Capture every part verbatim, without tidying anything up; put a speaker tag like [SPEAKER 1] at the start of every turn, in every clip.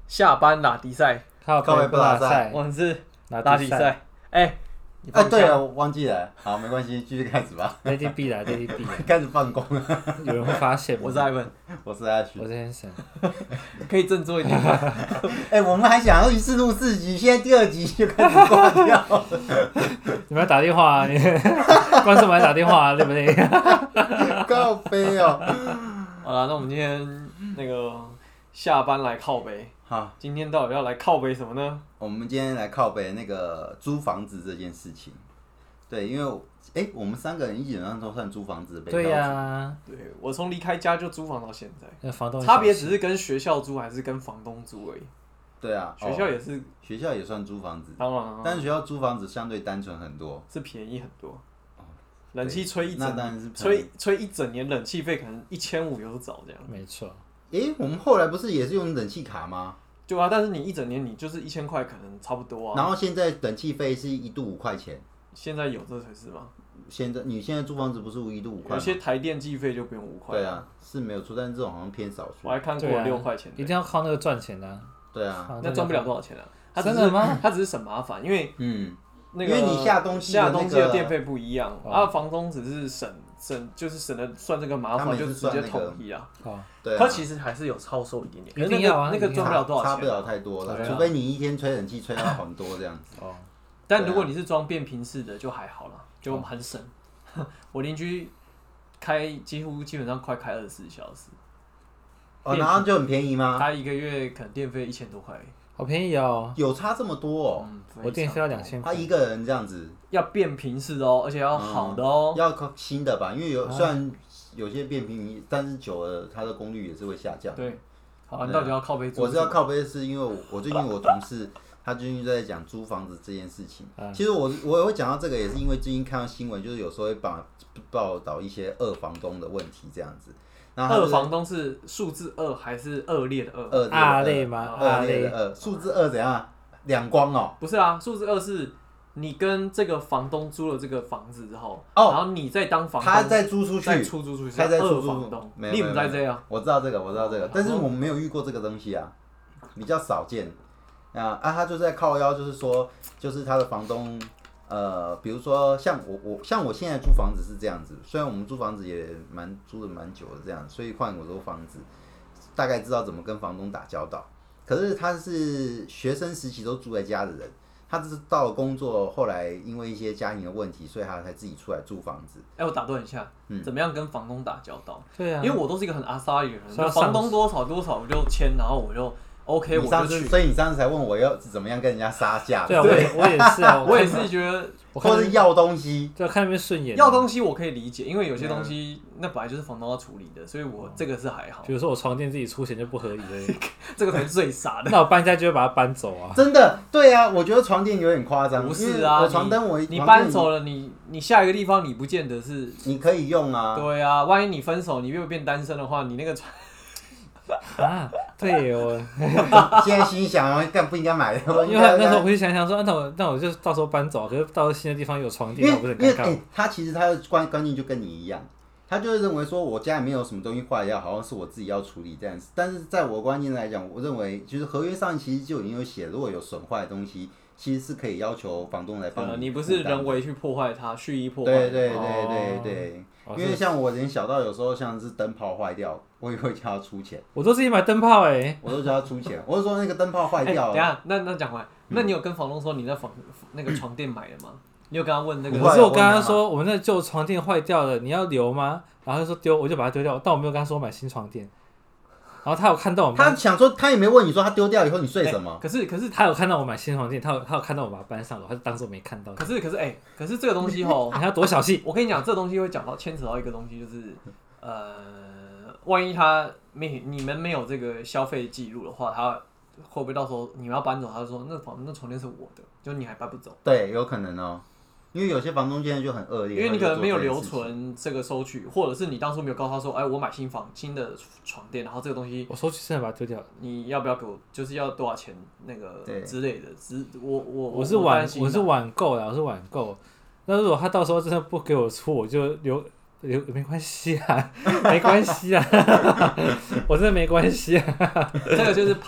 [SPEAKER 1] 下班拉迪赛，
[SPEAKER 2] 靠北不拉赛，
[SPEAKER 1] 我们是拉迪赛。哎，
[SPEAKER 2] 哎，对了，我忘记了，好，没关系，继续开始吧。
[SPEAKER 3] Lady B 啦 ，Lady B 啦，
[SPEAKER 2] 开始放工了。
[SPEAKER 3] 有人会发现吗？
[SPEAKER 1] 我是 Ivan，
[SPEAKER 2] 我是阿许，
[SPEAKER 3] 我是 Hanson。
[SPEAKER 1] 可以振作一点吗？
[SPEAKER 2] 哎，我们还想要一次录四集，现在第二集就开始挂掉了。
[SPEAKER 3] 你们要打电话啊？观众们来打电话啊，对不对？
[SPEAKER 2] 靠北哦。
[SPEAKER 1] 好了，那我们今天那个下班来靠北。
[SPEAKER 2] 好，
[SPEAKER 1] 今天到底要来靠北什么呢？
[SPEAKER 2] 我们今天来靠北那个租房子这件事情。对，因为哎、欸，我们三个人基本上都算租房子的被。
[SPEAKER 3] 对呀、啊。
[SPEAKER 1] 对，我从离开家就租房到现在。
[SPEAKER 3] 那房东
[SPEAKER 1] 差别只是跟学校租还是跟房东租而已。
[SPEAKER 2] 对啊，
[SPEAKER 1] 学校也是，哦、
[SPEAKER 2] 学校也算租房子，
[SPEAKER 1] 当然、啊，
[SPEAKER 2] 但是学校租房子相对单纯很多，
[SPEAKER 1] 是便宜很多。冷气吹一整，
[SPEAKER 2] 那当然是
[SPEAKER 1] 吹吹一整年，冷气费可能一千五有找这样。
[SPEAKER 3] 没错。
[SPEAKER 2] 哎、欸，我们后来不是也是用冷气卡吗？
[SPEAKER 1] 对啊，但是你一整年你就是一千块，可能差不多啊。
[SPEAKER 2] 然后现在冷气费是一度五块钱。
[SPEAKER 1] 现在有这回事吗？
[SPEAKER 2] 现在你现在租房子不是一度五块吗？
[SPEAKER 1] 有些台电计费就不用五块。
[SPEAKER 2] 对啊，是没有错，但是这种好像偏少数。
[SPEAKER 1] 我还看过六块钱、啊。
[SPEAKER 3] 一定要靠那个赚钱的、啊。
[SPEAKER 2] 对啊，
[SPEAKER 1] 那赚不了多少钱啊？他
[SPEAKER 3] 真的吗？
[SPEAKER 1] 他只是省麻烦，因为
[SPEAKER 2] 嗯，
[SPEAKER 1] 那个
[SPEAKER 2] 因为你下东西、
[SPEAKER 1] 那個、下东西的电费不一样，
[SPEAKER 3] 哦、
[SPEAKER 1] 啊，房东只是省省就是省的算这个麻烦，就直接统一啊。
[SPEAKER 3] 哦，
[SPEAKER 2] 对啊。
[SPEAKER 1] 他其实还是有超收一点点，
[SPEAKER 3] 一定要啊，
[SPEAKER 1] 那个赚不了多少钱、啊，
[SPEAKER 2] 差不了太多了，除非你一天吹冷气吹到很多这样子。
[SPEAKER 3] 哦。
[SPEAKER 1] 但如果你是装变频式的就还好啦，就很省。哦、我邻居开几乎基本上快开二十四小时。
[SPEAKER 2] 哦，然后就很便宜吗？
[SPEAKER 1] 他一个月可能电费一千多块。
[SPEAKER 3] 好便宜哦！
[SPEAKER 2] 有差这么多哦！
[SPEAKER 1] 嗯、
[SPEAKER 3] 我电费要两千块。
[SPEAKER 2] 他一个人这样子，
[SPEAKER 1] 要变频式的哦，而且要好的哦，
[SPEAKER 2] 嗯、要新的吧？因为有、啊、虽然有些变频，但是久了它的功率也是会下降。
[SPEAKER 1] 对，好，你到底要靠背租？
[SPEAKER 2] 我知道靠背是因为我我最近我同事他最近在讲租房子这件事情。嗯、其实我我也会讲到这个，也是因为最近看到新闻，就是有时候会报报道一些二房东的问题这样子。
[SPEAKER 1] 二房东是数字二还是恶劣的恶？
[SPEAKER 3] 二类吗？
[SPEAKER 2] 恶劣的恶，数字二怎样？两光哦？
[SPEAKER 1] 不是啊，数字二是你跟这个房东租了这个房子之后，哦、然后你再当房东，
[SPEAKER 2] 他再租出去，
[SPEAKER 1] 再出租出去，
[SPEAKER 2] 他再
[SPEAKER 1] 二房东。你们在这样？
[SPEAKER 2] 我知道这个，我知道这个，但是我们没有遇过这个东西啊，比较少见。啊啊，他就在靠腰，就是说，就是他的房东。呃，比如说像我我像我现在租房子是这样子，虽然我们租房子也蛮租的蛮久的这样，所以换我租房子，大概知道怎么跟房东打交道。可是他是学生时期都住在家的人，他只是到了工作，后来因为一些家庭的问题，所以他才自己出来租房子。
[SPEAKER 1] 哎、欸，我打断一下，嗯、怎么样跟房东打交道？
[SPEAKER 3] 对啊，
[SPEAKER 1] 因为我都是一个很阿莎里的人，房东多少多少我就签，然后我就。OK， 我就去。
[SPEAKER 2] 所以你上次才问我要怎么样跟人家杀价。
[SPEAKER 3] 对啊，我也我也是啊，
[SPEAKER 1] 我也是觉得，
[SPEAKER 2] 或者是要东西，
[SPEAKER 3] 就看那边顺眼。
[SPEAKER 1] 要东西我可以理解，因为有些东西那本来就是房东要处理的，所以我这个是还好。
[SPEAKER 3] 比如说我床垫自己出钱就不合理了，
[SPEAKER 1] 这个才是最傻的。
[SPEAKER 3] 那我搬家就会把它搬走啊。
[SPEAKER 2] 真的，对啊，我觉得床垫有点夸张。
[SPEAKER 1] 不是啊，
[SPEAKER 2] 我床单我
[SPEAKER 1] 你搬走了，你你下一个地方你不见得是
[SPEAKER 2] 你可以用啊。
[SPEAKER 1] 对啊，万一你分手，你又变单身的话，你那个床。
[SPEAKER 3] 啊，对我
[SPEAKER 2] 现在心想，干不应该买的。
[SPEAKER 3] 因为那时候回去想想说，那我那我就到时候搬走，可是到新的地方有床垫，那不是很尴尬？
[SPEAKER 2] 因为他其实他的观观念就跟你一样，他就是认为说我家里面有什么东西坏掉，好像是我自己要处理这样子。但是在我观念来讲，我认为就是合约上其实就已经有写，如果有损坏的东西，其实是可以要求房东来帮你。
[SPEAKER 1] 呃，你不是人为去破坏它，蓄意破坏。
[SPEAKER 2] 对对对对对。
[SPEAKER 3] 哦、
[SPEAKER 2] 因为像我连小到有时候像是灯泡坏掉，我也会叫他出钱。
[SPEAKER 3] 我都自己买灯泡哎、欸，
[SPEAKER 2] 我都叫他出钱。我就说那个灯泡坏掉了、
[SPEAKER 1] 欸。等一下，那那讲回来，那你有跟房东说你在房那个床垫买了吗？你有跟他问那个？
[SPEAKER 3] 可是我跟他说，我们那旧床垫坏掉了，你要留吗？然后他说丢，我就把它丢掉。但我没有跟他说我买新床垫。然后他有看到我，
[SPEAKER 2] 他想说他也没问你说他丢掉以后你睡什么。
[SPEAKER 1] 欸、可是可是
[SPEAKER 3] 他有看到我买新床垫，他有他有看到我把它搬上楼，他就当作没看到。
[SPEAKER 1] 可是可是哎、欸，可是这个东西吼，
[SPEAKER 3] 你看多小气。
[SPEAKER 1] 我跟你讲，这个东西会讲到牵扯到一个东西，就是呃，万一他没你们没有这个消费记录的话，他会不会到时候你们要搬走，他就说那房那床垫是我的，就你还搬不走？
[SPEAKER 2] 对，有可能哦。因为有些房东现在就很恶劣，
[SPEAKER 1] 因为你可能没有留存这个收据，或者是你当初没有告诉他说，哎，我买新房新的床垫，然后这个东西
[SPEAKER 3] 我收据真的把它丢掉了，
[SPEAKER 1] 你要不要给我？就是要多少钱那个之类的。只我我
[SPEAKER 3] 我是晚我是晚购的，我是晚购。那如果他到时候真的不给我出，我就留留没关系啊，没关系啊，我真的没关系啊。
[SPEAKER 1] 这个就是攀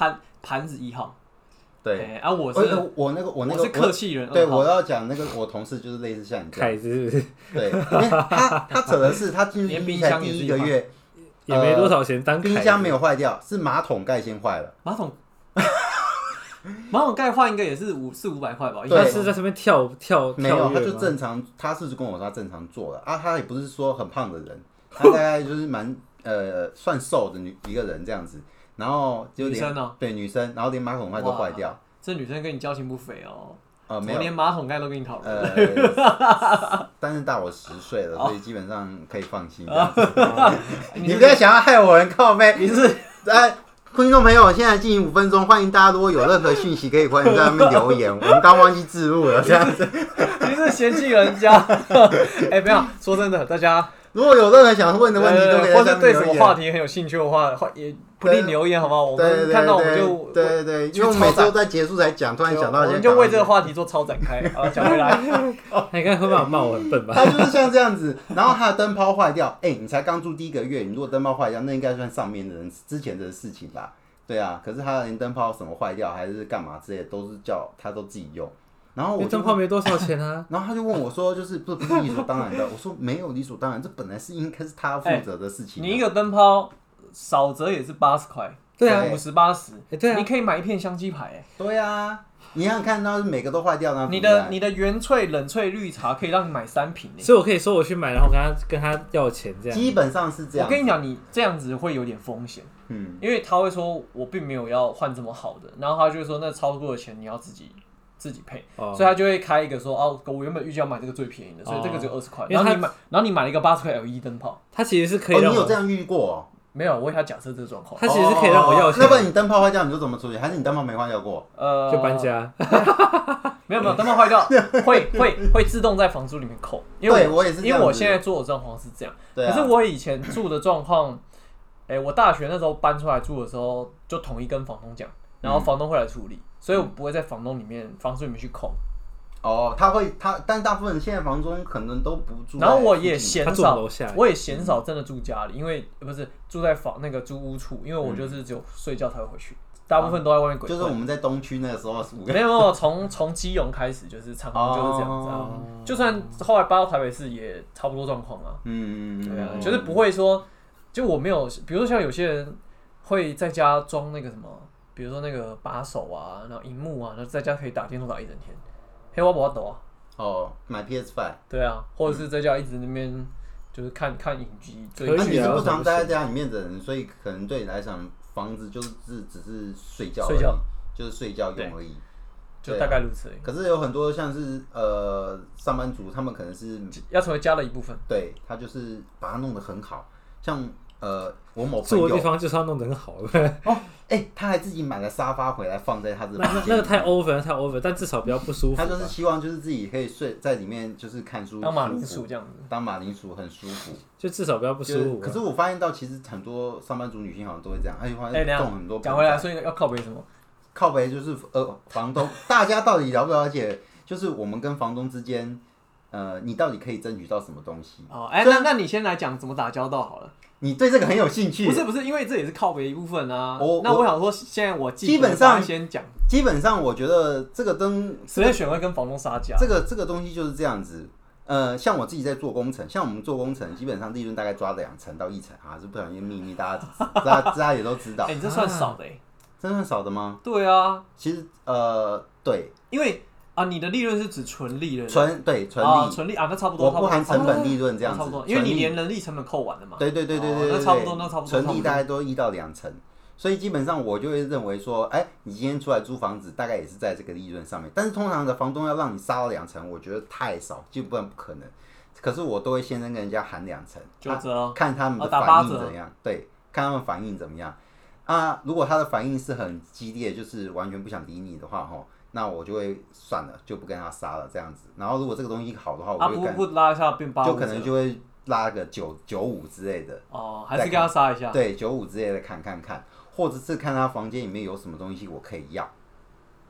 [SPEAKER 1] 盘子一号。
[SPEAKER 2] 对，
[SPEAKER 1] 欸、啊，我是
[SPEAKER 2] 我我那个我那个
[SPEAKER 1] 我是客气人，
[SPEAKER 2] 对，我要讲那个我同事就是类似像你这样，
[SPEAKER 3] 凯子是不是？
[SPEAKER 2] 对，因为他他扯的是他进去冰箱第一个月
[SPEAKER 3] 也没多少钱，当
[SPEAKER 2] 冰箱没有坏掉，是马桶盖先坏了，
[SPEAKER 1] 马桶。马桶盖换一个也是五四五百块吧？
[SPEAKER 3] 他是在上面跳跳
[SPEAKER 2] 没有，他就
[SPEAKER 3] 吗
[SPEAKER 2] 正常，他是跟我说他正常做的啊，他也不是说很胖的人，他大概就是蛮呃算瘦的女一个人这样子，然后就
[SPEAKER 1] 女生哦，
[SPEAKER 2] 对女生，然后连马桶盖都坏掉，
[SPEAKER 1] 这女生跟你交情不菲哦。
[SPEAKER 2] 呃，没有，
[SPEAKER 1] 连马桶盖都跟你讨论。
[SPEAKER 2] 呃，但是大我十岁了，所以基本上可以放心这样子。你
[SPEAKER 1] 你
[SPEAKER 2] 不要想要害我人靠背，
[SPEAKER 1] 你是
[SPEAKER 2] 哎。听众朋友，现在进行五分钟，欢迎大家如果有任何讯息，可以欢迎在上面留言。我们刚忘记置入了，这样子。
[SPEAKER 1] 你是嫌弃人家？哎、欸，不要说真的，大家
[SPEAKER 2] 如果有任何想问的问题，都可以在上面留言。
[SPEAKER 1] 或者对什么话题很有兴趣的话，也不吝留言，好不好？我们看到我们就
[SPEAKER 2] 对对对，因为我每次都在结束才讲，突然想到，
[SPEAKER 1] 我们就为这个话题做超展开。好，讲回来，
[SPEAKER 3] 他应该会骂骂我很笨吧？
[SPEAKER 2] 他就是像这样子，然后他的灯泡坏掉，哎、欸，你才刚住第一个月，你如果灯泡坏掉，那应该算上面的人之前的事情吧？对啊，可是他连灯泡什么坏掉还是干嘛之类的，都是叫他都自己用。然后我
[SPEAKER 3] 灯泡没多少钱啊，
[SPEAKER 2] 然后他就问我说，就是不不是理所当然的？我说没有理所当然，这本来是应该是他负责的事情、啊
[SPEAKER 1] 欸。你一个灯泡少则也是八十块，
[SPEAKER 3] 对啊，
[SPEAKER 1] 五十八十，
[SPEAKER 3] 对啊，
[SPEAKER 1] 你可以买一片香鸡排、欸，
[SPEAKER 2] 对啊。你想看到每个都坏掉，那
[SPEAKER 1] 你的你的原萃冷萃绿茶可以让你买三瓶、欸，
[SPEAKER 3] 所以我可以说我去买，然后跟他跟他要钱这样。
[SPEAKER 2] 基本上是这样。
[SPEAKER 1] 我跟你讲，你这样子会有点风险，嗯，因为他会说我并没有要换这么好的，然后他就会说那超过的钱你要自己自己配，哦、所以他就会开一个说哦，我原本预计要买这个最便宜的，所以这个只有二十块，然后你买，然后你买了一个八十块 L E D 灯泡，
[SPEAKER 3] 他其实是可以让我、
[SPEAKER 2] 哦、你有这样遇过、哦？
[SPEAKER 1] 没有，我为他假设这个状况。
[SPEAKER 3] 他其实是可以让我要钱。
[SPEAKER 2] 那不然你灯泡坏掉，你就怎么处理？还是你灯泡没坏掉过？
[SPEAKER 1] 呃，
[SPEAKER 3] 就搬家。
[SPEAKER 1] 没有没有，灯泡坏掉会会会自动在房租里面扣。因为
[SPEAKER 2] 我, 我也是，
[SPEAKER 1] 因为我现在住的状况是这样。啊、可是我以前住的状况，哎、欸，我大学那时候搬出来住的时候，就统一跟房东讲，然后房东会来处理，嗯、所以我不会在房东里面房租里面去扣。
[SPEAKER 2] 哦，他会他，但大部分现在房东可能都不住。
[SPEAKER 1] 然后我也嫌少，我也嫌少
[SPEAKER 3] 嗯
[SPEAKER 1] 真的住家里，因为不是住在房那个租屋处，因为我就是只有睡觉才会回去，大部分都在外面鬼混。
[SPEAKER 2] 就是我们在东区那个时候，
[SPEAKER 1] 没有没有，从从基隆开始就是常常就是这样子啊。哦、就算后来搬到台北市，也差不多状况啊。嗯嗯嗯，对啊，就是不会说，就我没有，比如说像有些人会在家装那个什么，比如说那个把手啊，然后荧幕啊，然后在家可以打电动打一整天。黑我不抖啊！
[SPEAKER 2] 哦，买 P S 五。对
[SPEAKER 1] 啊，或者是在家一直那边就是看看影集。
[SPEAKER 2] 可以、啊，你是不常待在家里面的人，所以可能对你来讲，房子就是只是睡觉而已，
[SPEAKER 1] 睡觉
[SPEAKER 2] 就是睡觉用而已，
[SPEAKER 1] 就大概如此而已。
[SPEAKER 2] 可是有很多像是呃上班族，他们可能是
[SPEAKER 1] 要成为家的一部分。
[SPEAKER 2] 对，他就是把它弄得很好，像呃我某朋
[SPEAKER 3] 友住的地方就是要弄得很好。
[SPEAKER 2] 哦。哎、欸，他还自己买了沙发回来放在他的房间。
[SPEAKER 3] 那个太 over 太 over， 但至少比较不舒服。
[SPEAKER 2] 他就是希望就是自己可以睡在里面，就是看书，
[SPEAKER 1] 当马铃薯这样子，
[SPEAKER 2] 当马铃薯很舒服，
[SPEAKER 3] 就至少不要不舒服、啊。
[SPEAKER 2] 可是我发现到其实很多上班族女性好像都会这样，而且发现中很多。
[SPEAKER 1] 讲回来，所以要靠北什么？
[SPEAKER 2] 靠北就是呃房东，大家到底了不了解？就是我们跟房东之间，呃，你到底可以争取到什么东西？
[SPEAKER 1] 哦，哎、欸，那那你先来讲怎么打交道好了。
[SPEAKER 2] 你对这个很有兴趣？
[SPEAKER 1] 不是不是，因为这也是靠北一部分啊。
[SPEAKER 2] 我
[SPEAKER 1] 那我想说，现在我
[SPEAKER 2] 基本上
[SPEAKER 1] 先讲。
[SPEAKER 2] 基本上，我觉得这个灯
[SPEAKER 1] 随便选会跟房东杀价。
[SPEAKER 2] 这个这个东西就是这样子。呃，像我自己在做工程，像我们做工程，基本上利润大概抓两成到一成啊，是不小心秘密，大家大家大家也都知道。
[SPEAKER 1] 哎、欸，你这算少的哎、欸，
[SPEAKER 2] 真的少的吗？
[SPEAKER 1] 对啊，
[SPEAKER 2] 其实呃对，
[SPEAKER 1] 因为。啊，你的利润是指纯利润？
[SPEAKER 2] 纯对纯利，
[SPEAKER 1] 啊，纯利啊，那差不多。
[SPEAKER 2] 我不含成本利润这样子，
[SPEAKER 1] 差不多，因为你连人力成本扣完了嘛。
[SPEAKER 2] 对对对对对，
[SPEAKER 1] 那差不多，那差不多。
[SPEAKER 2] 纯利大概都一到两成，所以基本上我就会认为说，哎，你今天出来租房子，大概也是在这个利润上面。但是通常的房东要让你杀到两成，我觉得太少，基本不可能。可是我都会先跟人家喊两成，
[SPEAKER 1] 九折，
[SPEAKER 2] 看他们的反应怎样。对，看他们反应怎么样。啊，如果他的反应是很激烈，就是完全不想理你的话，吼。那我就会算了，就不跟他杀了这样子。然后如果这个东西好的话，我就会、
[SPEAKER 1] 啊、不不拉一下变八五，
[SPEAKER 2] 就可能就会拉个九九五之类的。
[SPEAKER 1] 哦，还是跟他杀一下。
[SPEAKER 2] 对，九五之类的看看看，或者是看他房间里面有什么东西我可以要。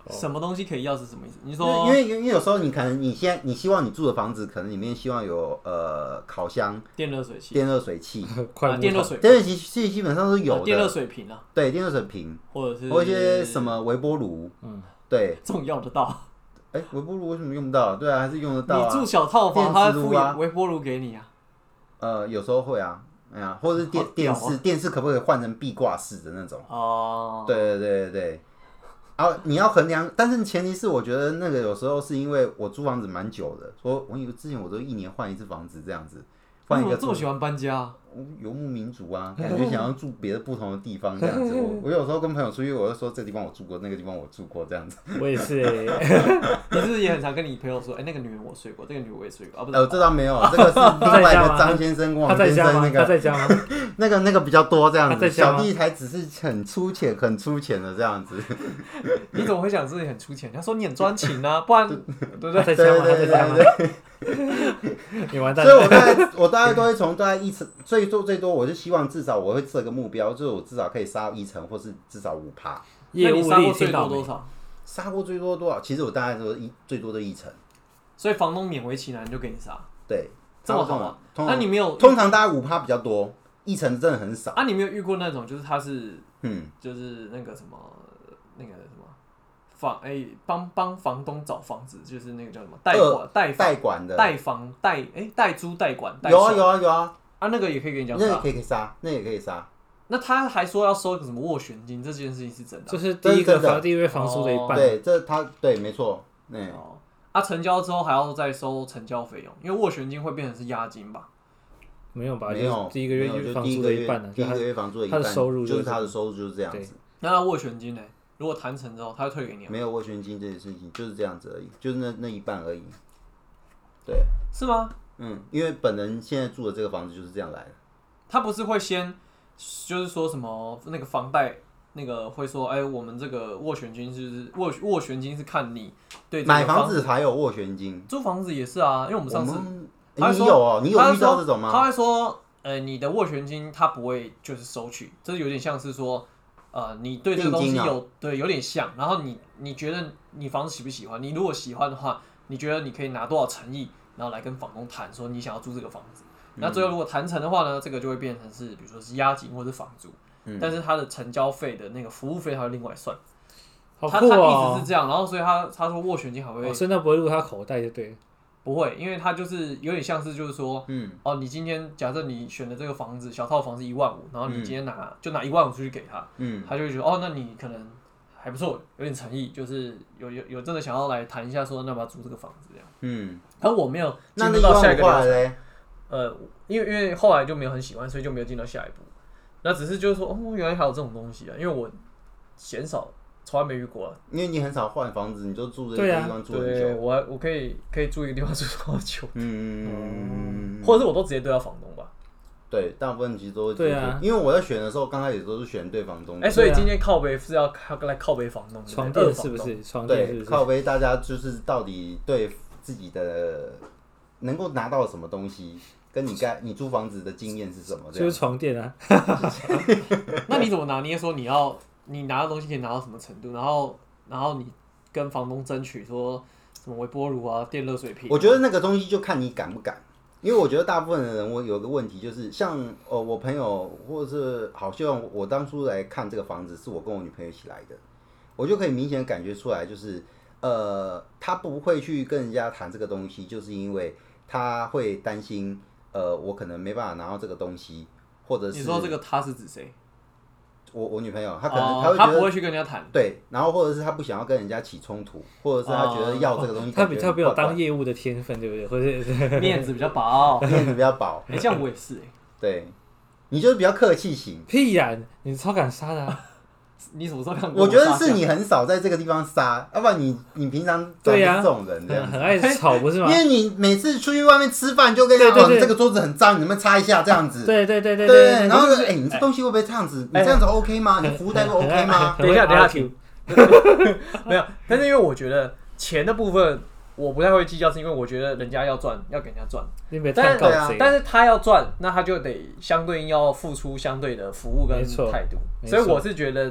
[SPEAKER 1] 什么东西可以要是什么意思？你说
[SPEAKER 2] 因为因为因为有时候你可能你现在你希望你住的房子可能里面希望有呃烤箱、
[SPEAKER 1] 电热水器、
[SPEAKER 2] 电热水器、
[SPEAKER 1] 啊、电热水、
[SPEAKER 2] 电热水器基本上都是有的。
[SPEAKER 1] 电热水瓶啊，
[SPEAKER 2] 对，电热水瓶，
[SPEAKER 1] 或者是
[SPEAKER 2] 或一些什么微波炉，嗯，对，
[SPEAKER 1] 这种要得到。
[SPEAKER 2] 哎、欸，微波炉为什么用不到？对啊，还是用得到、啊。
[SPEAKER 1] 你住小套房，他会付微波炉给你啊。
[SPEAKER 2] 呃，有时候会啊，哎呀，或者是电、啊、电视，电视可不可以换成壁挂式的那种？哦，对对对对对。然后你要衡量，但是前提是我觉得那个有时候是因为我租房子蛮久的，说我以为之前我都一年换一次房子这样子，换一个。
[SPEAKER 1] 我这么喜欢搬家、啊？
[SPEAKER 2] 游牧民族啊，感觉想要住别的不同的地方这样子。我我有时候跟朋友出去，我就说这个地方我住过，那个地方我住过这样子。
[SPEAKER 3] 我也是、欸，
[SPEAKER 1] 你是不是也很常跟你朋友说，哎、欸，那个女人我睡过，这个女人我也睡过啊？不是，
[SPEAKER 2] 呃，这倒没有，这个是另外一个张先生跟王先生那个，
[SPEAKER 3] 他在家吗？
[SPEAKER 2] 那个那个比较多这样子，小弟才只是很粗浅、很粗浅的这样子。
[SPEAKER 1] 你怎么会想自己很粗浅？他说你很专情啊，不然对不对？
[SPEAKER 3] 在家吗？他在家吗？你完蛋了。
[SPEAKER 2] 所以我大概我大概都会从大概一层，最多最多我是希望至少我会设个目标，就是我至少可以杀一层，或是至少五趴。
[SPEAKER 1] 业务力最多多少？
[SPEAKER 2] 杀过最多多少？其实我大概都一最多的一层。
[SPEAKER 1] 所以房东勉为其难就给你杀。
[SPEAKER 2] 对，
[SPEAKER 1] 这么好啊？那你没有？
[SPEAKER 2] 通常大概五趴比较多，一层真的很少。
[SPEAKER 1] 啊，你没有遇过那种就是他是
[SPEAKER 2] 嗯，
[SPEAKER 1] 就是那个什么那个什么房哎帮帮房东找房子，就是那个叫什么代管代
[SPEAKER 2] 代管的
[SPEAKER 1] 代房代哎代租代管。
[SPEAKER 2] 有啊有啊有啊。
[SPEAKER 1] 啊，那个也可以给你讲，
[SPEAKER 2] 那个可以杀，那也可以杀。
[SPEAKER 1] 那他还说要收个什么斡旋金，这件事情是真的、啊？
[SPEAKER 3] 就是第一个房第一个房租的一半。
[SPEAKER 2] 哦、对，这他对，没错。嗯。
[SPEAKER 1] 哦，啊，成交之后还要再收成交费用，因为斡旋金会变成是押金吧？
[SPEAKER 3] 没有吧？
[SPEAKER 2] 没有，
[SPEAKER 3] 第一个月房租的一半呢、
[SPEAKER 2] 啊，第一个月房租的一半，
[SPEAKER 3] 他的收入
[SPEAKER 2] 就是他的收入就是这样子。
[SPEAKER 1] 那他斡旋金呢？如果谈成之后，他会退给你？
[SPEAKER 2] 没有斡旋金这件事情，就是这样子而已，就是那那一半而已。对。
[SPEAKER 1] 是吗？
[SPEAKER 2] 嗯，因为本人现在住的这个房子就是这样来的。
[SPEAKER 1] 他不是会先，就是说什么那个房贷那个会说，哎、欸，我们这个斡旋金就是斡斡旋金是看你对这个
[SPEAKER 2] 买房子才有斡旋金，
[SPEAKER 1] 租房子也是啊，因为我们上次，
[SPEAKER 2] 欸、你有哦、喔，你有遇到这种吗？
[SPEAKER 1] 他会说，呃，你的斡旋金他不会就是收取，这有点像是说，呃，你对这个东西有、啊、对有点像，然后你你觉得你房子喜不喜欢？你如果喜欢的话，你觉得你可以拿多少诚意，然后来跟房东谈说你想要租这个房子。那最后如果谈成的话呢，这个就会变成是比如说是押金或者是房租，嗯、但是他的成交费的那个服务费他会另外算。
[SPEAKER 3] 好
[SPEAKER 1] 酷哦、他他一直是这样，然后所以他他说斡旋金还会，
[SPEAKER 3] 哦，所以那不会入他口袋就对了。
[SPEAKER 1] 不会，因为他就是有点像是就是说，
[SPEAKER 2] 嗯，
[SPEAKER 1] 哦，你今天假设你选的这个房子小套房是一万五，然后你今天拿、嗯、就拿一万五出去给他，
[SPEAKER 2] 嗯，
[SPEAKER 1] 他就会觉得哦，那你可能还不错，有点诚意，就是有有有真的想要来谈一下说，那要不要租这个房子这样，
[SPEAKER 2] 嗯，
[SPEAKER 1] 而我没有
[SPEAKER 2] 进
[SPEAKER 1] 入到下一个流
[SPEAKER 2] 程。
[SPEAKER 1] 呃，因为因为后来就没有很喜欢，所以就没有进到下一步。那只是就是说，哦，原来还有这种东西啊！因为我鲜少，从来没遇过、啊。
[SPEAKER 2] 因为你很少换房子，你就住这个地方住很久。
[SPEAKER 1] 对啊、我我可以可以住一个地方住好久。
[SPEAKER 2] 嗯，
[SPEAKER 1] 或者是我都直接对到房东吧。
[SPEAKER 2] 对，大部分其实都会
[SPEAKER 3] 对啊。
[SPEAKER 2] 因为我在选的时候，刚开始都是选对房东。
[SPEAKER 1] 哎、欸，所以今天靠北是要来靠北房东，
[SPEAKER 3] 床垫是不是？床垫是不是？
[SPEAKER 2] 靠北大家就是到底对自己的能够拿到什么东西？跟你该你租房子的经验是什么？
[SPEAKER 3] 就是床垫啊。
[SPEAKER 1] 那你怎么拿捏说你要你拿的东西可以拿到什么程度？然后然后你跟房东争取说什么微波炉啊、电热水瓶、啊？
[SPEAKER 2] 我觉得那个东西就看你敢不敢，因为我觉得大部分的人我有个问题就是像哦我朋友或者是好像我当初来看这个房子是我跟我女朋友一起来的，我就可以明显感觉出来就是呃他不会去跟人家谈这个东西，就是因为他会担心。呃，我可能没办法拿到这个东西，或者是
[SPEAKER 1] 你说这个他是指谁？
[SPEAKER 2] 我我女朋友，她可能、
[SPEAKER 1] 哦、
[SPEAKER 2] 她会觉得
[SPEAKER 1] 她不会去跟人家谈，
[SPEAKER 2] 对，然后或者是她不想要跟人家起冲突，或者是她觉得要这个东西，
[SPEAKER 3] 她比较没有当业务的天分，对不对？或者
[SPEAKER 1] 面子比较薄，
[SPEAKER 2] 面子比较薄。
[SPEAKER 1] 哎、欸，这样我也是哎、欸，
[SPEAKER 2] 对，你就是比较客气型。
[SPEAKER 3] 屁呀，你超敢杀的、啊。
[SPEAKER 1] 你什么时候看
[SPEAKER 2] 过？我觉得是你很少在这个地方杀，要不然你你平常对呀、啊、这种人这样
[SPEAKER 3] 很爱吵不是吗？
[SPEAKER 2] 因为你每次出去外面吃饭就跟人家讲、哦、这个桌子很脏，你们擦一下这样子。
[SPEAKER 3] 对对对对
[SPEAKER 2] 对, 对, 对然后哎、欸，你这东西会不会这样子？欸、你这样子 OK 吗？欸、你服务态度 OK 吗？
[SPEAKER 1] 等一下等一下停，没有，但是因为我觉得钱的部分我不太会计较，是因为我觉得人家要赚，要给人家赚。但是、啊、但是他要赚，那他就得相对应要付出相对的服务跟态度。所以我是觉得。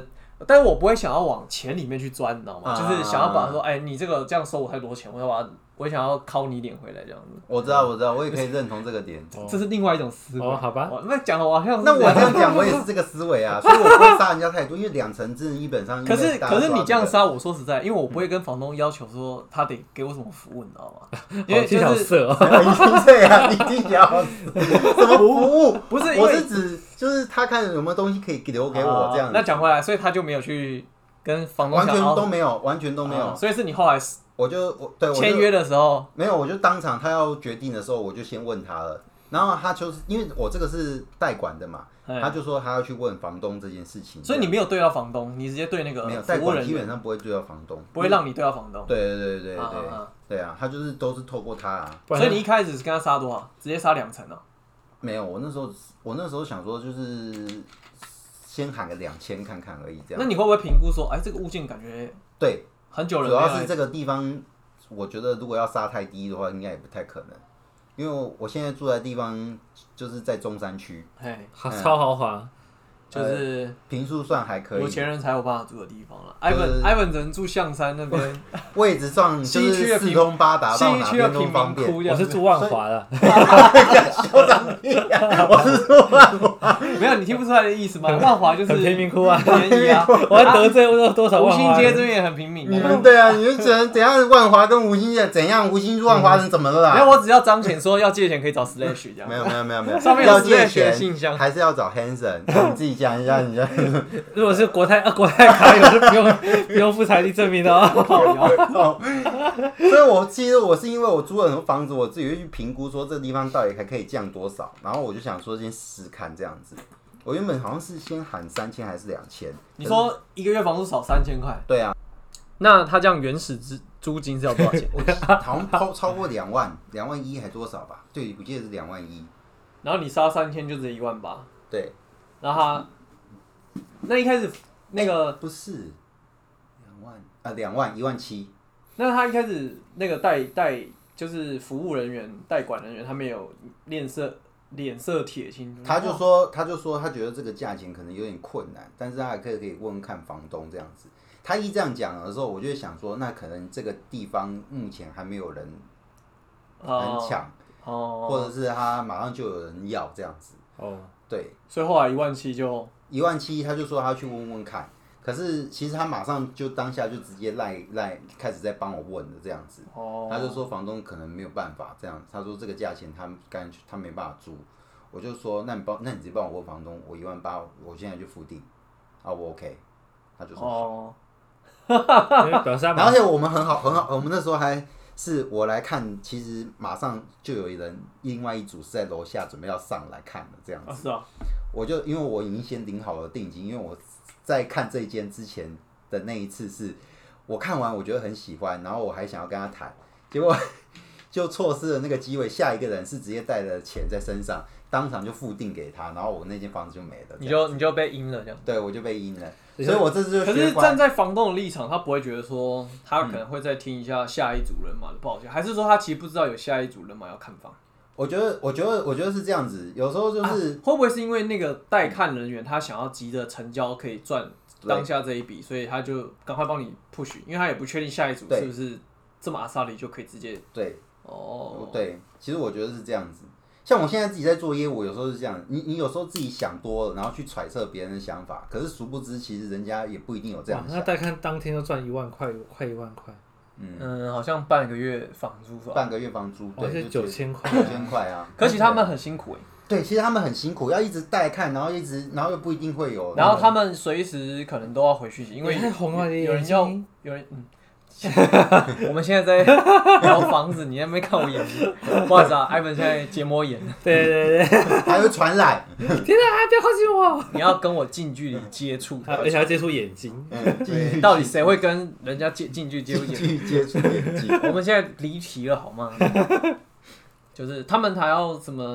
[SPEAKER 1] 但是我不会想要往钱里面去钻，你知道吗？
[SPEAKER 2] 啊、
[SPEAKER 1] 就是想要把说，哎，你这个这样收我太多钱，我要把它，我想要拷你脸回来这样子。
[SPEAKER 2] 我知道，我知道，我也可以认同这个点。
[SPEAKER 1] 这是另外一种思维。
[SPEAKER 3] 哦，好吧。
[SPEAKER 1] 那讲的我好像
[SPEAKER 2] 那我这样讲，我也是这个思维啊，所以我不会杀人家太多，因为两成真的基本上。
[SPEAKER 1] 可是可是你这样杀，我说实在，因为我不会跟房东要求说他得给我什么服务，你知道吗？因为就是
[SPEAKER 3] 色哦，
[SPEAKER 2] 一定这样，一定要什么服务？
[SPEAKER 1] 不是，
[SPEAKER 2] 我是指就是他看有没有东西可以留给我这样子。
[SPEAKER 1] 那讲回来，所以他就没有去跟房东
[SPEAKER 2] 完全都没有，完全都没有。
[SPEAKER 1] 所以是你后来
[SPEAKER 2] 我就我对
[SPEAKER 1] 签约的时候
[SPEAKER 2] 没有，我就当场他要决定的时候，我就先问他了。然后他就是因为我这个是代管的嘛，他就说他要去问房东这件事情。
[SPEAKER 1] 所以你没有对到房东，你直接对那个
[SPEAKER 2] 没有代管，基本上不会对到房东，
[SPEAKER 1] 不会让你对到房东。
[SPEAKER 2] 对对对对对对啊，他就是都是透过他啊。
[SPEAKER 1] 所以你一开始是跟他杀多少？直接杀两成啊？
[SPEAKER 2] 没有，我那时候我那时候想说就是先喊个两千看看而已，这样。
[SPEAKER 1] 那你会不会评估说，哎，这个物件感觉
[SPEAKER 2] 对
[SPEAKER 1] 很久了，
[SPEAKER 2] 主要是这个地方，我觉得如果要杀太低的话，应该也不太可能。因为我现在住的地方就是在中山区，
[SPEAKER 3] 超豪华，
[SPEAKER 1] 就是
[SPEAKER 2] 坪数算还可以，
[SPEAKER 1] 有钱人才有办法住的地方了。Ivan Ivan 只能住象山那边，
[SPEAKER 2] 位置上就是四通八达，到哪边都方便。
[SPEAKER 3] 我是住万华的，
[SPEAKER 2] 嚣张屁呀！我是住万华，
[SPEAKER 1] 没有你听不出来的意思吗？万华就是
[SPEAKER 3] 贫民窟啊，
[SPEAKER 1] 便宜啊！
[SPEAKER 3] 我要得罪多少
[SPEAKER 1] 吴
[SPEAKER 3] 万华？
[SPEAKER 1] 兴街这边也很平民。
[SPEAKER 2] 你们对啊，你们只能怎样？万华跟吴兴街怎样？吴兴万华人怎么了啦？
[SPEAKER 1] 没有，我只要彰显说要借钱可以找 Slash 这样。
[SPEAKER 2] 没有没有没有没有，
[SPEAKER 1] 上面有 Slash 的信箱，
[SPEAKER 2] 还是要找 Hanson。你自己讲一下，你讲。
[SPEAKER 3] 如果是国泰啊，国泰卡友是不用不用附财力证明的哦。
[SPEAKER 2] 所以，我其实我是因为我租了很多房子，我自己会去评估说这个地方到底还可以降多少，然后我就想说先试试看这样子。我原本好像是先喊三千还是两千？
[SPEAKER 1] 你说一个月房租少三千块？
[SPEAKER 2] 对啊。
[SPEAKER 1] 那他这样原始租租金是要多少钱？
[SPEAKER 2] 好像超超过两万，两万一还多少吧？对，我记得是两万一。
[SPEAKER 1] 然后你杀三千就只一万八。
[SPEAKER 2] 对。
[SPEAKER 1] 然后他。那一开始那个
[SPEAKER 2] 不是两万啊，两万一万七。
[SPEAKER 1] 那他一开始那个带带就是服务人员、代管人员，他没有脸色脸色铁青。
[SPEAKER 2] 他就说，他就说他觉得这个价钱可能有点困难，但是他还可以可以问问看房东这样子。他一这样讲的时候，我就会想说，那可能这个地方目前还没有人很抢，哦，或者是他马上就有人要这样子。哦，对，
[SPEAKER 1] 所以后来一万七就。
[SPEAKER 2] 一万七，他就说他去问问看，可是其实他马上就当下就直接赖赖开始在帮我问了这样子，哦，他就说房东可能没有办法这样，他说这个价钱他干他没办法租，我就说那你帮那你直接帮我问房东，我一万八，我现在就付定，啊我 OK， 他就说好，哦，然后而且我们很好很好，我们那时候还是我来看，其实马上就有人另外一组是在楼下准备要上来看了这样子，啊是啊。我就因为我已经先领好了定金，因为我在看这一间之前的那一次是，我看完我觉得很喜欢，然后我还想要跟他谈，结果就错失了那个机会。下一个人是直接带着钱在身上，当场就付定给他，然后我那间房子就没了。
[SPEAKER 1] 你就你就被阴了这样？
[SPEAKER 2] 对，我就被阴了。所以我这次就
[SPEAKER 1] 可是站在房东的立场，他不会觉得说他可能会再听一下下一组人马的报价，还是说他其实不知道有下一组人马要看房？
[SPEAKER 2] 我觉得，我觉得，我觉得是这样子。有时候就是、啊、
[SPEAKER 1] 会不会是因为那个带看人员他想要急着成交，可以赚当下这一笔，所以他就赶快帮你 push， 因为他也不确定下一组是不是这么阿萨里就可以直接
[SPEAKER 2] 对哦对。其实我觉得是这样子。像我现在自己在做业务，我有时候是这样，你你有时候自己想多了，然后去揣测别人的想法，可是殊不知其实人家也不一定有这样想。
[SPEAKER 3] 那带看当天就赚一万块，快一万块。
[SPEAKER 1] 嗯, 嗯，好像半个月房租吧，
[SPEAKER 2] 半个月房租，对，
[SPEAKER 3] 是九千块，
[SPEAKER 2] 九千块啊。
[SPEAKER 1] 可是他们很辛苦哎、欸。
[SPEAKER 2] 对，其实他们很辛苦，要一直带看，然后一直，然后又不一定会有。
[SPEAKER 1] 然后他们随时可能都要回去，因为
[SPEAKER 3] 太红了，
[SPEAKER 1] 有人要，有人嗯。我们现在在聊房子，你还没看我眼睛，不好意思啊，Ivan 现在结膜炎。
[SPEAKER 3] 对对对，
[SPEAKER 2] 还会传染。
[SPEAKER 3] 天哪，不要靠近我！
[SPEAKER 1] 你要跟我近距离接触，
[SPEAKER 3] 而且要接触眼睛。
[SPEAKER 1] 对，到底谁会跟人家近近距接触眼睛？
[SPEAKER 2] 近距接触眼睛。
[SPEAKER 1] 我们现在离题了好吗？就是他们还要什么？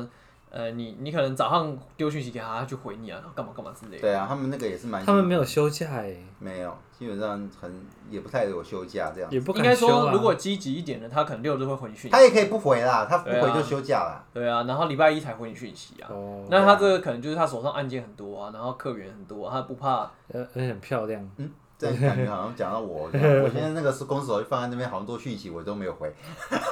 [SPEAKER 1] 呃，你你可能早上丢讯息给他，他就回你啊，干嘛干嘛之类的。
[SPEAKER 2] 对啊，他们那个也是蛮。
[SPEAKER 3] 他们没有休假哎。
[SPEAKER 2] 没有，基本上很也不太有休假这样。
[SPEAKER 3] 也不
[SPEAKER 1] 应该说，如果积极一点的，他可能六日会回你讯息。
[SPEAKER 2] 他也可以不回啦，他不回就休假啦。
[SPEAKER 1] 对啊，然后礼拜一才回你讯息啊。
[SPEAKER 3] 哦。
[SPEAKER 1] 那他这个可能就是他手上案件很多啊，然后客源很多啊，他不怕。
[SPEAKER 3] 呃，而且很漂亮。
[SPEAKER 2] 嗯。这样感觉好像讲到我，我现在那个公司手机放在那边，好像多讯息我都没有回。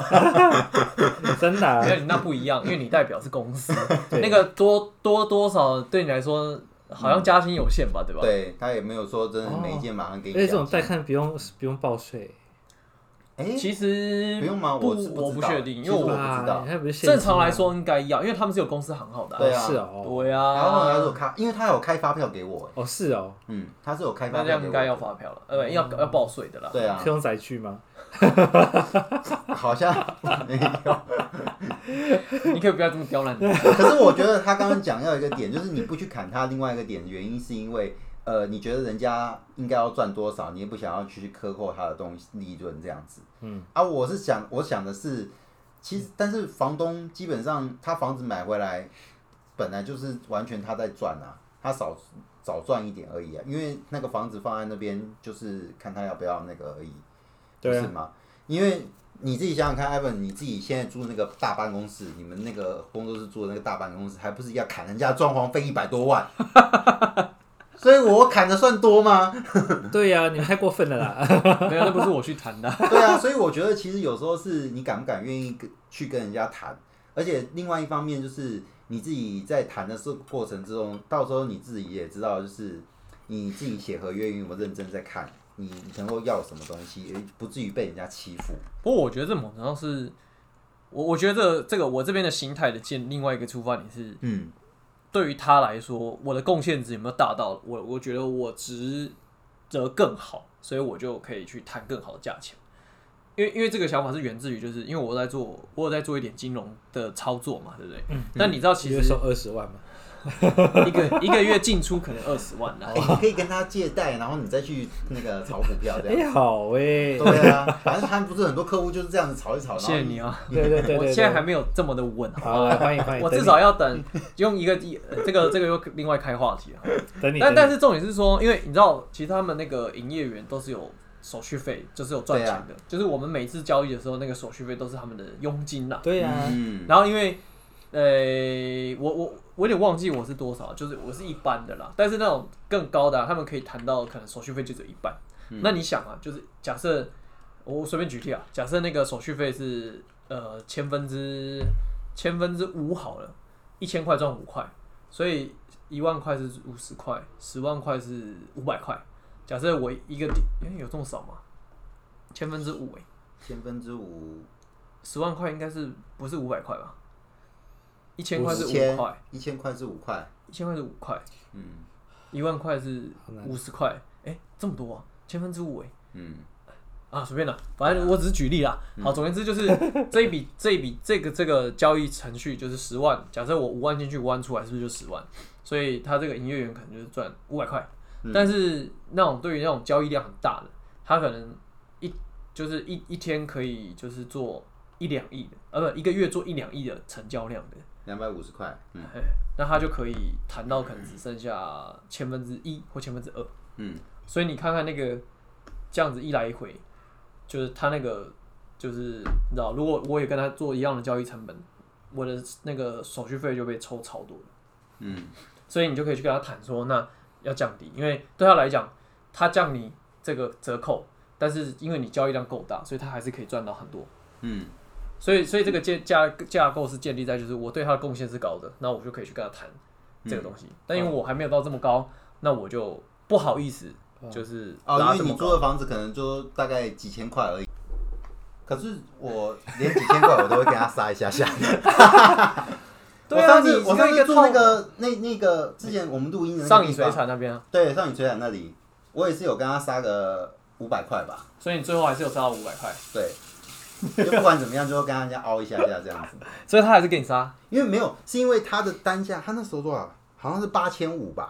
[SPEAKER 3] 真的、啊？
[SPEAKER 1] 因为你那不一样，因为你代表是公司，那个多多多少对你来说好像加薪有限吧，对吧？
[SPEAKER 2] 对他也没有说真的每一件马上给你。
[SPEAKER 3] 而且这种代看不用不用报税。
[SPEAKER 2] 哎，
[SPEAKER 1] 其实
[SPEAKER 2] 不用吗？
[SPEAKER 1] 不，
[SPEAKER 2] 我
[SPEAKER 1] 我不确定，因为我
[SPEAKER 2] 不知道。
[SPEAKER 1] 正常来说应该要，因为他们是有公司行号的。
[SPEAKER 2] 对啊，
[SPEAKER 3] 是哦。
[SPEAKER 1] 对啊。
[SPEAKER 2] 然后他有开，因为他有开发票给我。
[SPEAKER 3] 哦，是哦。
[SPEAKER 2] 嗯，他是有开发票。
[SPEAKER 1] 那这样应该要发票了，呃，要要报税的啦。
[SPEAKER 2] 对啊。
[SPEAKER 3] 可以用载具吗？
[SPEAKER 2] 好像没有。
[SPEAKER 1] 你可以不要这么刁难。
[SPEAKER 2] 可是我觉得他刚刚讲要一个点，就是你不去砍他另外一个点的原因，是因为。呃，你觉得人家应该要赚多少，你也不想要去克扣他的东西利润这样子。嗯。啊，我是想，我想的是，其实但是房东基本上他房子买回来，本来就是完全他在赚啊，他少少赚一点而已啊，因为那个房子放在那边就是看他要不要那个而已，不是吗？因为你自己想想看 ，Ivan， 你自己现在住那个大办公室，你们那个工作室住的那个大办公室，还不是要砍人家装潢费一百多万？所以我砍的算多吗？
[SPEAKER 3] 对呀、啊，你们太过分了啦！
[SPEAKER 1] 没有，那不是我去谈的。
[SPEAKER 2] 对啊，所以我觉得其实有时候是你敢不敢愿意去跟人家谈，而且另外一方面就是你自己在谈的过程之中，到时候你自己也知道，就是你自己写合约有没有认真在看，你能够要什么东西，不至于被人家欺负。
[SPEAKER 1] 不过我觉得这某种上是，我我觉得这个、这个我这边的心态的建另外一个出发点是，嗯。对于他来说，我的贡献值有没有大到我？我觉得我值得更好，所以我就可以去谈更好的价钱。因为因为这个想法是源自于，就是因为我在做，我有在做一点金融的操作嘛，对不对？嗯。但你知道，其实
[SPEAKER 3] 收二十万嘛，
[SPEAKER 1] 一个一个月进出可能二十万啦。
[SPEAKER 2] 欸、你可以跟他借贷，然后你再去那个炒股票这样。
[SPEAKER 3] 哎、欸，好哎、欸。
[SPEAKER 2] 对啊，反正他们不是很多客户就是这样子炒一炒。
[SPEAKER 1] 谢谢你啊。
[SPEAKER 3] 对对 对, 對，
[SPEAKER 1] 我现在还没有这么的稳。
[SPEAKER 3] 好，来欢迎欢迎。
[SPEAKER 1] 我至少要等用一个这个这个又另外开话题了。
[SPEAKER 3] 等你。
[SPEAKER 1] 但但是重点是说，因为你知道，其实他们那个营业员都是有手续费，就是有赚钱的。啊、就是我们每次交易的时候，那个手续费都是他们的佣金啦。
[SPEAKER 3] 对呀、啊。
[SPEAKER 1] 嗯。然后因为呃，我我。我有点忘记我是多少，就是我是一般的啦，但是那种更高的、啊，他们可以谈到可能手续费就只有一半。嗯、那你想啊，就是假设我随便举例啊，假设那个手续费是呃千分之千分之五好了，一千块赚五块，所以一万块是五十块，十万块是五百块。假设我一个，哎、欸，有这么少吗？千分之五哎，
[SPEAKER 2] 千分之五，
[SPEAKER 1] 十万块应该是不是五百块吧？一千块是五块，
[SPEAKER 2] 一千块是五块，
[SPEAKER 1] 一千块是五块，嗯，一万块是五十块，哎、欸，这么多啊，千分之五哎，嗯，啊，随便啦，反正我只是举例啦。嗯、好，总而言之就是这一笔这一笔这个这个交易程序就是十万，假设我五万进去，五万出来，是不是就十万？所以他这个营业员可能就是赚五百块，嗯、但是那种对于那种交易量很大的，他可能一就是一一天可以就是做一两亿的，呃，不，一个月做一两亿的成交量的。
[SPEAKER 2] 两百五十块，嗯，
[SPEAKER 1] 那他就可以谈到可能只剩下千分之一或千分之二，嗯，所以你看看那个这样子一来一回，就是他那个就是你知道，如果我也跟他做一样的交易成本，我的那个手续费就被抽超多了，嗯，所以你就可以去跟他谈说，那要降低，因为对他来讲，他降你这个折扣，但是因为你交易量够大，所以他还是可以赚到很多，嗯。所以，所以这个架架架构是建立在就是我对他的贡献是高的，那我就可以去跟他谈这个东西。嗯、但因为我还没有到这么高，那我就不好意思，就是
[SPEAKER 2] 哦，因为你租的房子可能就大概几千块而已。可是我连几千块我都会跟他杀一下下。
[SPEAKER 1] 对啊，
[SPEAKER 2] 我上次我上次住那个那那个之前我们录音的
[SPEAKER 1] 上影水产那边啊，
[SPEAKER 2] 对，上影水产那里，我也是有跟他杀个五百块吧。
[SPEAKER 1] 所以你最后还是有杀到五百块。
[SPEAKER 2] 对。就不管怎么样，就会跟人家凹一下下这样子。
[SPEAKER 1] 所以他还是给你杀，
[SPEAKER 2] 因为没有，是因为他的单价，他那时候多少？好像是八千五吧。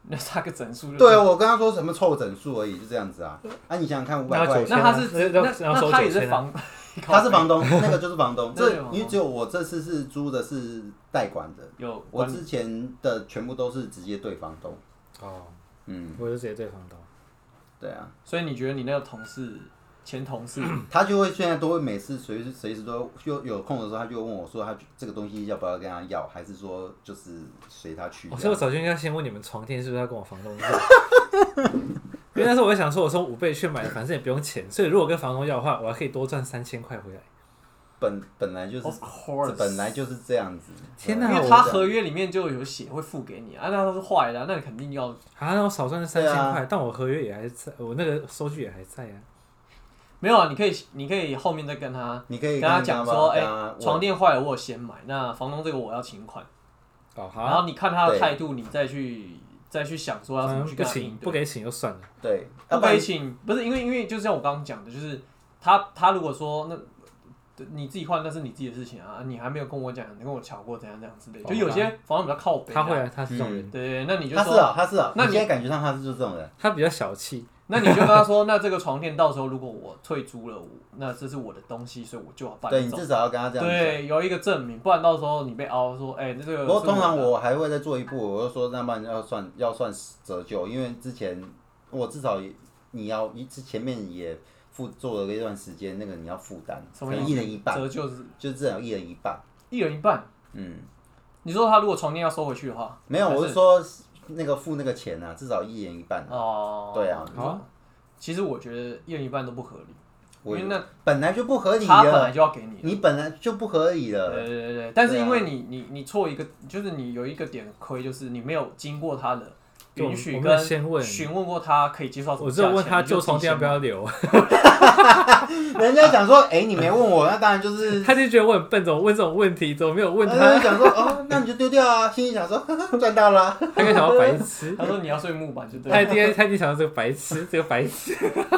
[SPEAKER 1] 那差个整数就。
[SPEAKER 2] 对，我跟他说什么凑整数而已，就这样子啊。啊，你想想看，五百块，
[SPEAKER 1] 那他是那那他也是房，
[SPEAKER 2] 他是房东，那个就是房东。这
[SPEAKER 1] 房
[SPEAKER 2] 因为只有我这次是租的是代管的，
[SPEAKER 1] 有
[SPEAKER 2] 我之前的全部都是直接对房东。
[SPEAKER 3] 哦，
[SPEAKER 2] 嗯，
[SPEAKER 3] 我就直接对房东。
[SPEAKER 2] 对啊，
[SPEAKER 1] 所以你觉得你那个同事？前同事，
[SPEAKER 2] 他就会现在都会每次随时随时都就有空的时候，他就会问我说，他这个东西要不要跟他要，还是说就是随他去。
[SPEAKER 3] 所以我早就应该先问你们床垫是不是要跟我房东要，因为那时候我想说，我从五倍去买，反正也不用钱，所以如果跟房东要的话，我还可以多赚三千块回来。
[SPEAKER 2] 本本来就是，本来就是这样子。
[SPEAKER 3] 天哪！
[SPEAKER 1] 因为他合约里面就有写会付给你啊，那都是坏的、啊，那你肯定要。
[SPEAKER 3] 啊，那我少赚三千块，但我合约也还在，我那个收据也还在啊。
[SPEAKER 1] 没有啊，你可以，你可以后面再跟他，
[SPEAKER 2] 你可以
[SPEAKER 1] 跟他讲说，哎、欸，床垫坏了，我有先买，那房东这个我要请款。
[SPEAKER 3] 哦，好。
[SPEAKER 1] 然后你看他的态度，你再去再去想说要怎么去跟他应对。
[SPEAKER 3] 不给请就算了。
[SPEAKER 2] 对，
[SPEAKER 1] 不给请不是因为因为就像我刚刚讲的，就是他他如果说那你自己换，那是你自己的事情啊，你还没有跟我讲，你跟我吵过怎样怎样之类，就有些房东比较靠北、啊。
[SPEAKER 3] 他会啊，他是这种人。
[SPEAKER 1] 嗯、对，那你就
[SPEAKER 2] 说他是啊，他是啊，
[SPEAKER 1] 那
[SPEAKER 2] 你现在感觉上他是就这种人，
[SPEAKER 3] 他比较小气。
[SPEAKER 1] 那你就跟他说，那这个床垫到时候如果我退租了，那这是我的东西，所以我就要搬走。
[SPEAKER 2] 对你至少要跟他这样讲。
[SPEAKER 1] 对，有一个证明，不然到时候你被凹说，哎、欸，这个。
[SPEAKER 2] 不过通常我还会再做一步，我就说那不然要算要算折旧，因为之前我至少你要一之前面也付做了一段时间，那个你要负担，
[SPEAKER 1] 什么
[SPEAKER 2] 一人一半，
[SPEAKER 1] 折旧是
[SPEAKER 2] 就至少一人一半。
[SPEAKER 1] 一人一半。嗯。你说他如果床垫要收回去的话？
[SPEAKER 2] 没有，我是说。那个付那个钱啊，至少一人一半、啊。
[SPEAKER 1] 哦，
[SPEAKER 2] 对啊。
[SPEAKER 1] 好，其实我觉得一人一半都不合理，因为那
[SPEAKER 2] 本来就不合理，
[SPEAKER 1] 他本来就要给你，
[SPEAKER 2] 你本来就不合理了。
[SPEAKER 1] 对对对，但是因为你、啊、你你错一个，就是你有一个点亏，就是你没有经过他的允许跟询问过他可以接受什么价钱。
[SPEAKER 3] 我只有问他旧床垫要不要留。
[SPEAKER 2] 人家讲说，哎、欸，你没问我，那当然就是。
[SPEAKER 3] 他就觉得我很笨，怎么问这种问题？怎么没有问他？
[SPEAKER 2] 他就想说，哦，那你就丢掉啊。心里想说，赚到了、啊。
[SPEAKER 3] 他应该想到白痴。
[SPEAKER 1] 他说你要睡木板就对了。
[SPEAKER 3] 他一定他一定想到这个白痴，这个白痴。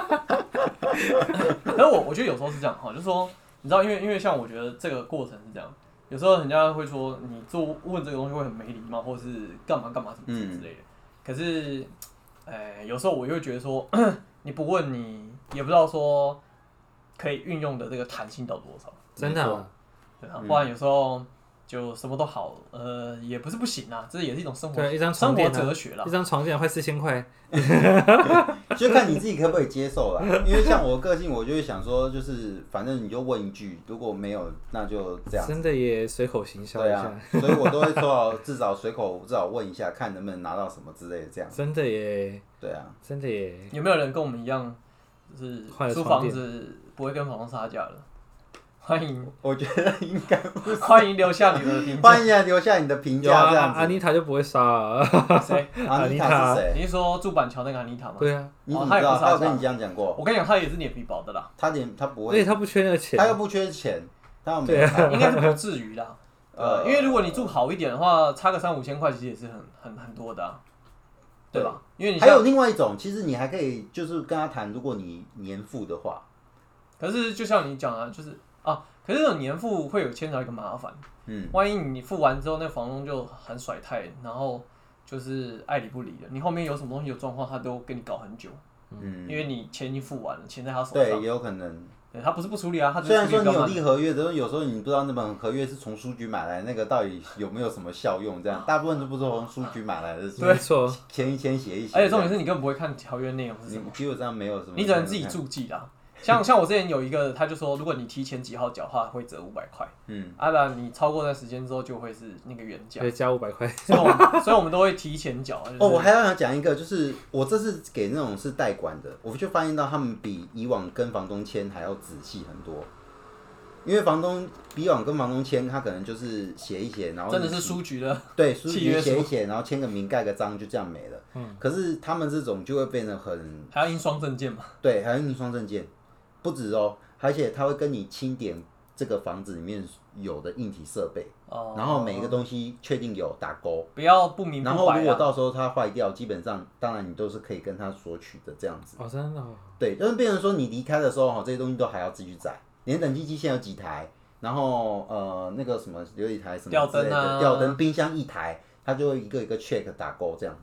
[SPEAKER 1] 可是我我觉得有时候是这样哈，就是说，你知道，因为因为像我觉得这个过程是这样，有时候人家会说你做问这个东西会很没礼貌，或是干嘛干嘛什么之类的。嗯、可是，哎、欸，有时候我又会觉得说，你不问你也不知道说。可以运用的这个弹性到多少？
[SPEAKER 3] 真的、啊，
[SPEAKER 1] 对啊，不然有时候就什么都好，呃，也不是不行啊，这也是一种生活，
[SPEAKER 3] 对，一张床垫、啊、
[SPEAKER 1] 生活哲学啦。
[SPEAKER 3] 一张床垫快四千块，
[SPEAKER 2] 就看你自己可不可以接受啦。因为像我个性，我就会想说，就是反正你就问一句，如果没有，那就这样。
[SPEAKER 3] 真的也随口行销一下，
[SPEAKER 2] 对啊，所以我都会说，至少随口至少问一下，看能不能拿到什么之类的，这样。
[SPEAKER 3] 真的耶，
[SPEAKER 2] 对啊，
[SPEAKER 3] 真的耶。
[SPEAKER 1] 有没有人跟我们一样，就是租房子？不会跟房东杀价了，欢迎。
[SPEAKER 2] 我觉得应该不是。
[SPEAKER 1] 欢迎留下你的评价。
[SPEAKER 2] 欢迎留下你的评价，这样子。
[SPEAKER 3] 安妮塔就不会杀啊。
[SPEAKER 1] 谁？
[SPEAKER 2] 安妮塔是谁？
[SPEAKER 1] 你是说住板桥那个安妮塔吗？
[SPEAKER 3] 对啊。
[SPEAKER 2] 你怎么知道？他有跟你这样讲过？
[SPEAKER 1] 我跟你讲，他也是脸皮薄的啦。
[SPEAKER 2] 他脸他不会。
[SPEAKER 3] 而且他不缺那个钱。
[SPEAKER 2] 他又不缺钱，他又没有。
[SPEAKER 1] 应该是不至于啦。呃，因为如果你住好一点的话，差个三五千块，其实也是很很很多的。对吧？因为你
[SPEAKER 2] 还有另外一种，其实你还可以就是跟他谈，如果你年付的话。
[SPEAKER 1] 可是就像你讲的，就是啊，可是这种年付会有牵扯一个麻烦，嗯，万一你付完之后，那房东就很甩态，然后就是爱理不理的，你后面有什么东西有状况，他都跟你搞很久，嗯，因为你钱已经付完了，钱在他手上，
[SPEAKER 2] 对，也有可能，
[SPEAKER 1] 对他不是不处理啊，他
[SPEAKER 2] 虽然说你有立合约，但是有时候你不知道那本合约是从书局买来，那个到底有没有什么效用，这样大部分都不是从书局买来的，
[SPEAKER 3] 没错，
[SPEAKER 2] 签一签写一写，
[SPEAKER 1] 而且重点是你根本不会看条约内容是什么，
[SPEAKER 2] 基本上没有什么，
[SPEAKER 1] 你只能自己注记啦。像像我之前有一个，他就说，如果你提前几号缴的话，会折五百块。嗯，啊，然你超过那时间之后，就会是那个原价，
[SPEAKER 3] 对，加五百块。
[SPEAKER 1] 所以我们，所以我们都会提前缴。就是、
[SPEAKER 2] 哦，我还要想讲一个，就是我这次给那种是代管的，我就发现到他们比以往跟房东签还要仔细很多。因为房东比以往跟房东签，他可能就是写一写，然后
[SPEAKER 1] 真的是书局的，
[SPEAKER 2] 对，书局写一写，然后签个名，盖个章，就这样没了。嗯，可是他们这种就会变得很，
[SPEAKER 1] 还要印双证件嘛？
[SPEAKER 2] 对，还要印双证件。不止哦，而且他会跟你清点这个房子里面有的硬体设备，哦、然后每一个东西确定有打勾，
[SPEAKER 1] 不要不明不白、啊。
[SPEAKER 2] 然后如果到时候它坏掉，基本上当然你都是可以跟他索取的这样子。
[SPEAKER 3] 哦，真的、哦。
[SPEAKER 2] 对，就是变成说你离开的时候哈，这些东西都还要自己去载。连冷气机现在有几台，然后呃那个什么有一台什么
[SPEAKER 1] 吊灯啊，
[SPEAKER 2] 吊灯、冰箱一台，它就会一个一个 check 打勾这样子。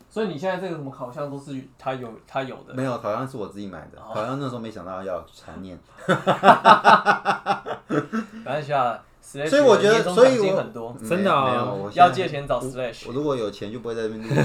[SPEAKER 1] 所以你现在这个什么烤箱都是他有他有的？
[SPEAKER 2] 没有，烤箱是我自己买的，
[SPEAKER 1] 哦、
[SPEAKER 2] 烤箱那时候没想到要残念。
[SPEAKER 1] 反正啊，所
[SPEAKER 2] 以我觉得，所以我
[SPEAKER 1] 很多
[SPEAKER 3] 真的、哦、
[SPEAKER 2] 没有，我
[SPEAKER 1] 要借钱找 Slash。
[SPEAKER 2] 我如果有钱就不会在这边录。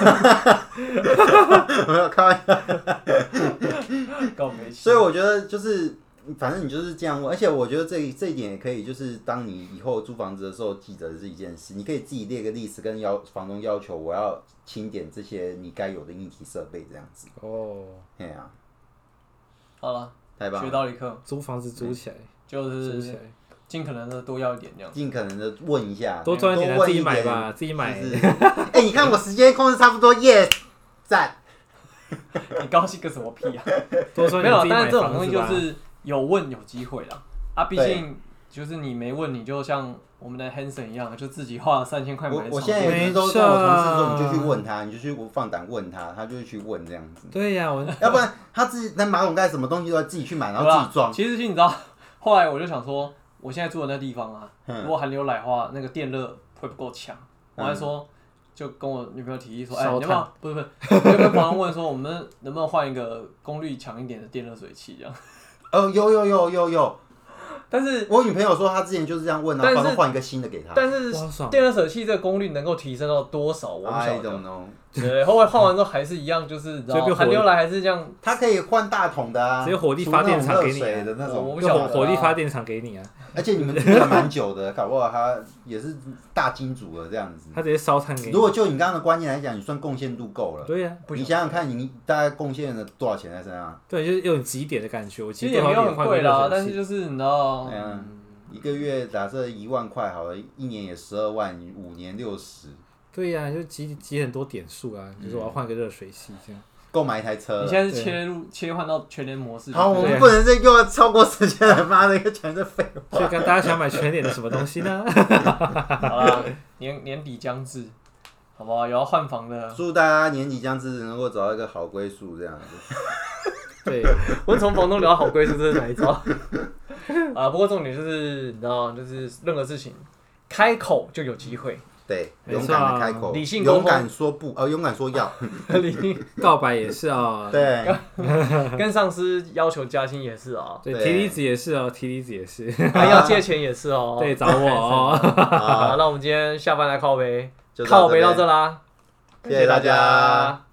[SPEAKER 2] 没有开玩笑。
[SPEAKER 1] 够没钱。
[SPEAKER 2] 所以我觉得就是。反正你就是这样问，而且我觉得这这一点也可以，就是当你以后租房子的时候，记得是一件事，你可以自己列个历史，跟要房东要求，我要清点这些你该有的硬体设备，这样子。
[SPEAKER 3] 哦，
[SPEAKER 2] 对啊，
[SPEAKER 1] 好了，
[SPEAKER 2] 太棒了，
[SPEAKER 1] 学到一课，
[SPEAKER 3] 租房子租起来，
[SPEAKER 1] 就是尽可能的多要一点这样，
[SPEAKER 2] 尽可能的问一下，
[SPEAKER 3] 多赚一点，自己买吧，自己买。
[SPEAKER 2] 哎、欸，你看我时间控制差不多，耶，赞。
[SPEAKER 1] 你高兴个什么屁啊？
[SPEAKER 3] 多赚
[SPEAKER 1] 没有，但
[SPEAKER 3] 是
[SPEAKER 1] 是这种东西就是。有问有机会啦，啊，毕竟就是你没问，你就像我们的 Hanson 一样，就自己花了三千块买的床。
[SPEAKER 2] 我我现在也是都跟我同事说，你就去问他，你就去放胆问他，他就会去问这样子。
[SPEAKER 3] 对呀、啊，我
[SPEAKER 2] 要不然他自己那马桶盖什么东西都要自己去买，然后自己装。
[SPEAKER 1] 其实你知道，后来我就想说，我现在住的那地方啊，如果寒流来的话，那个电热会不够强。我还说，就跟我女朋友提议说，哎、欸，你要不要？不是不是，我就跟朋友问说，我们能不能换一个功率强一点的电热水器这样。
[SPEAKER 2] 哦，有有有有有，
[SPEAKER 1] 但是
[SPEAKER 2] 我女朋友说她之前就是这样问，然后帮她换一个新的给她。
[SPEAKER 1] 但是电热水器这个功率能够提升到多少？我不晓得。对，后来换完之后还是一样，就是你知道，寒流来还是这样。
[SPEAKER 2] 它可以换大桶的啊，
[SPEAKER 3] 直接火力发电厂给你
[SPEAKER 2] 的那种，
[SPEAKER 1] 我不晓得。
[SPEAKER 3] 火力发电厂给你啊。
[SPEAKER 2] 而且你们住了蛮久的，搞不好他也是大金主了这样子。
[SPEAKER 3] 他直接烧炭给你。
[SPEAKER 2] 如果就你刚刚的观念来讲，你算贡献度够了。
[SPEAKER 3] 对呀、
[SPEAKER 2] 啊，你想想看，你大概贡献了多少钱在身上？
[SPEAKER 3] 对，就是有极点的感觉。我
[SPEAKER 1] 其实也没有很贵啦，但是就是你知道，
[SPEAKER 2] 嗯，一个月假设一万块好了，一年也十二万，五年六十。
[SPEAKER 3] 对呀、啊，就集集很多点数啊，就是我要换个热水器这样。
[SPEAKER 2] 购买一台车，
[SPEAKER 1] 你现在是切入切换到全联模式。
[SPEAKER 2] 好，我们不能再用超过时间来妈的一个全是废话。
[SPEAKER 3] 所以跟大家想买全联的什么东西呢？
[SPEAKER 1] 好啦，年年底将至，好不好？有要换房的，
[SPEAKER 2] 祝大家年底将至能够找到一个好归宿，这样子。
[SPEAKER 1] 对，我们从房东聊到好归宿，这是哪一招？啊，不过重点就是你知道，就是任何事情开口就有机会。
[SPEAKER 2] 对，勇敢的开口，
[SPEAKER 1] 理性
[SPEAKER 2] 勇敢说不，呃，勇敢说要，
[SPEAKER 3] 告白也是啊、哦，
[SPEAKER 2] 对，
[SPEAKER 1] 跟上司要求加薪也是哦，
[SPEAKER 3] 对，提离职也是哦，提离职也是，
[SPEAKER 1] 还要借钱也是哦，
[SPEAKER 3] 对，找我哦。
[SPEAKER 1] 好，那我们今天下班来靠杯，靠杯到这啦，
[SPEAKER 2] 谢谢大家。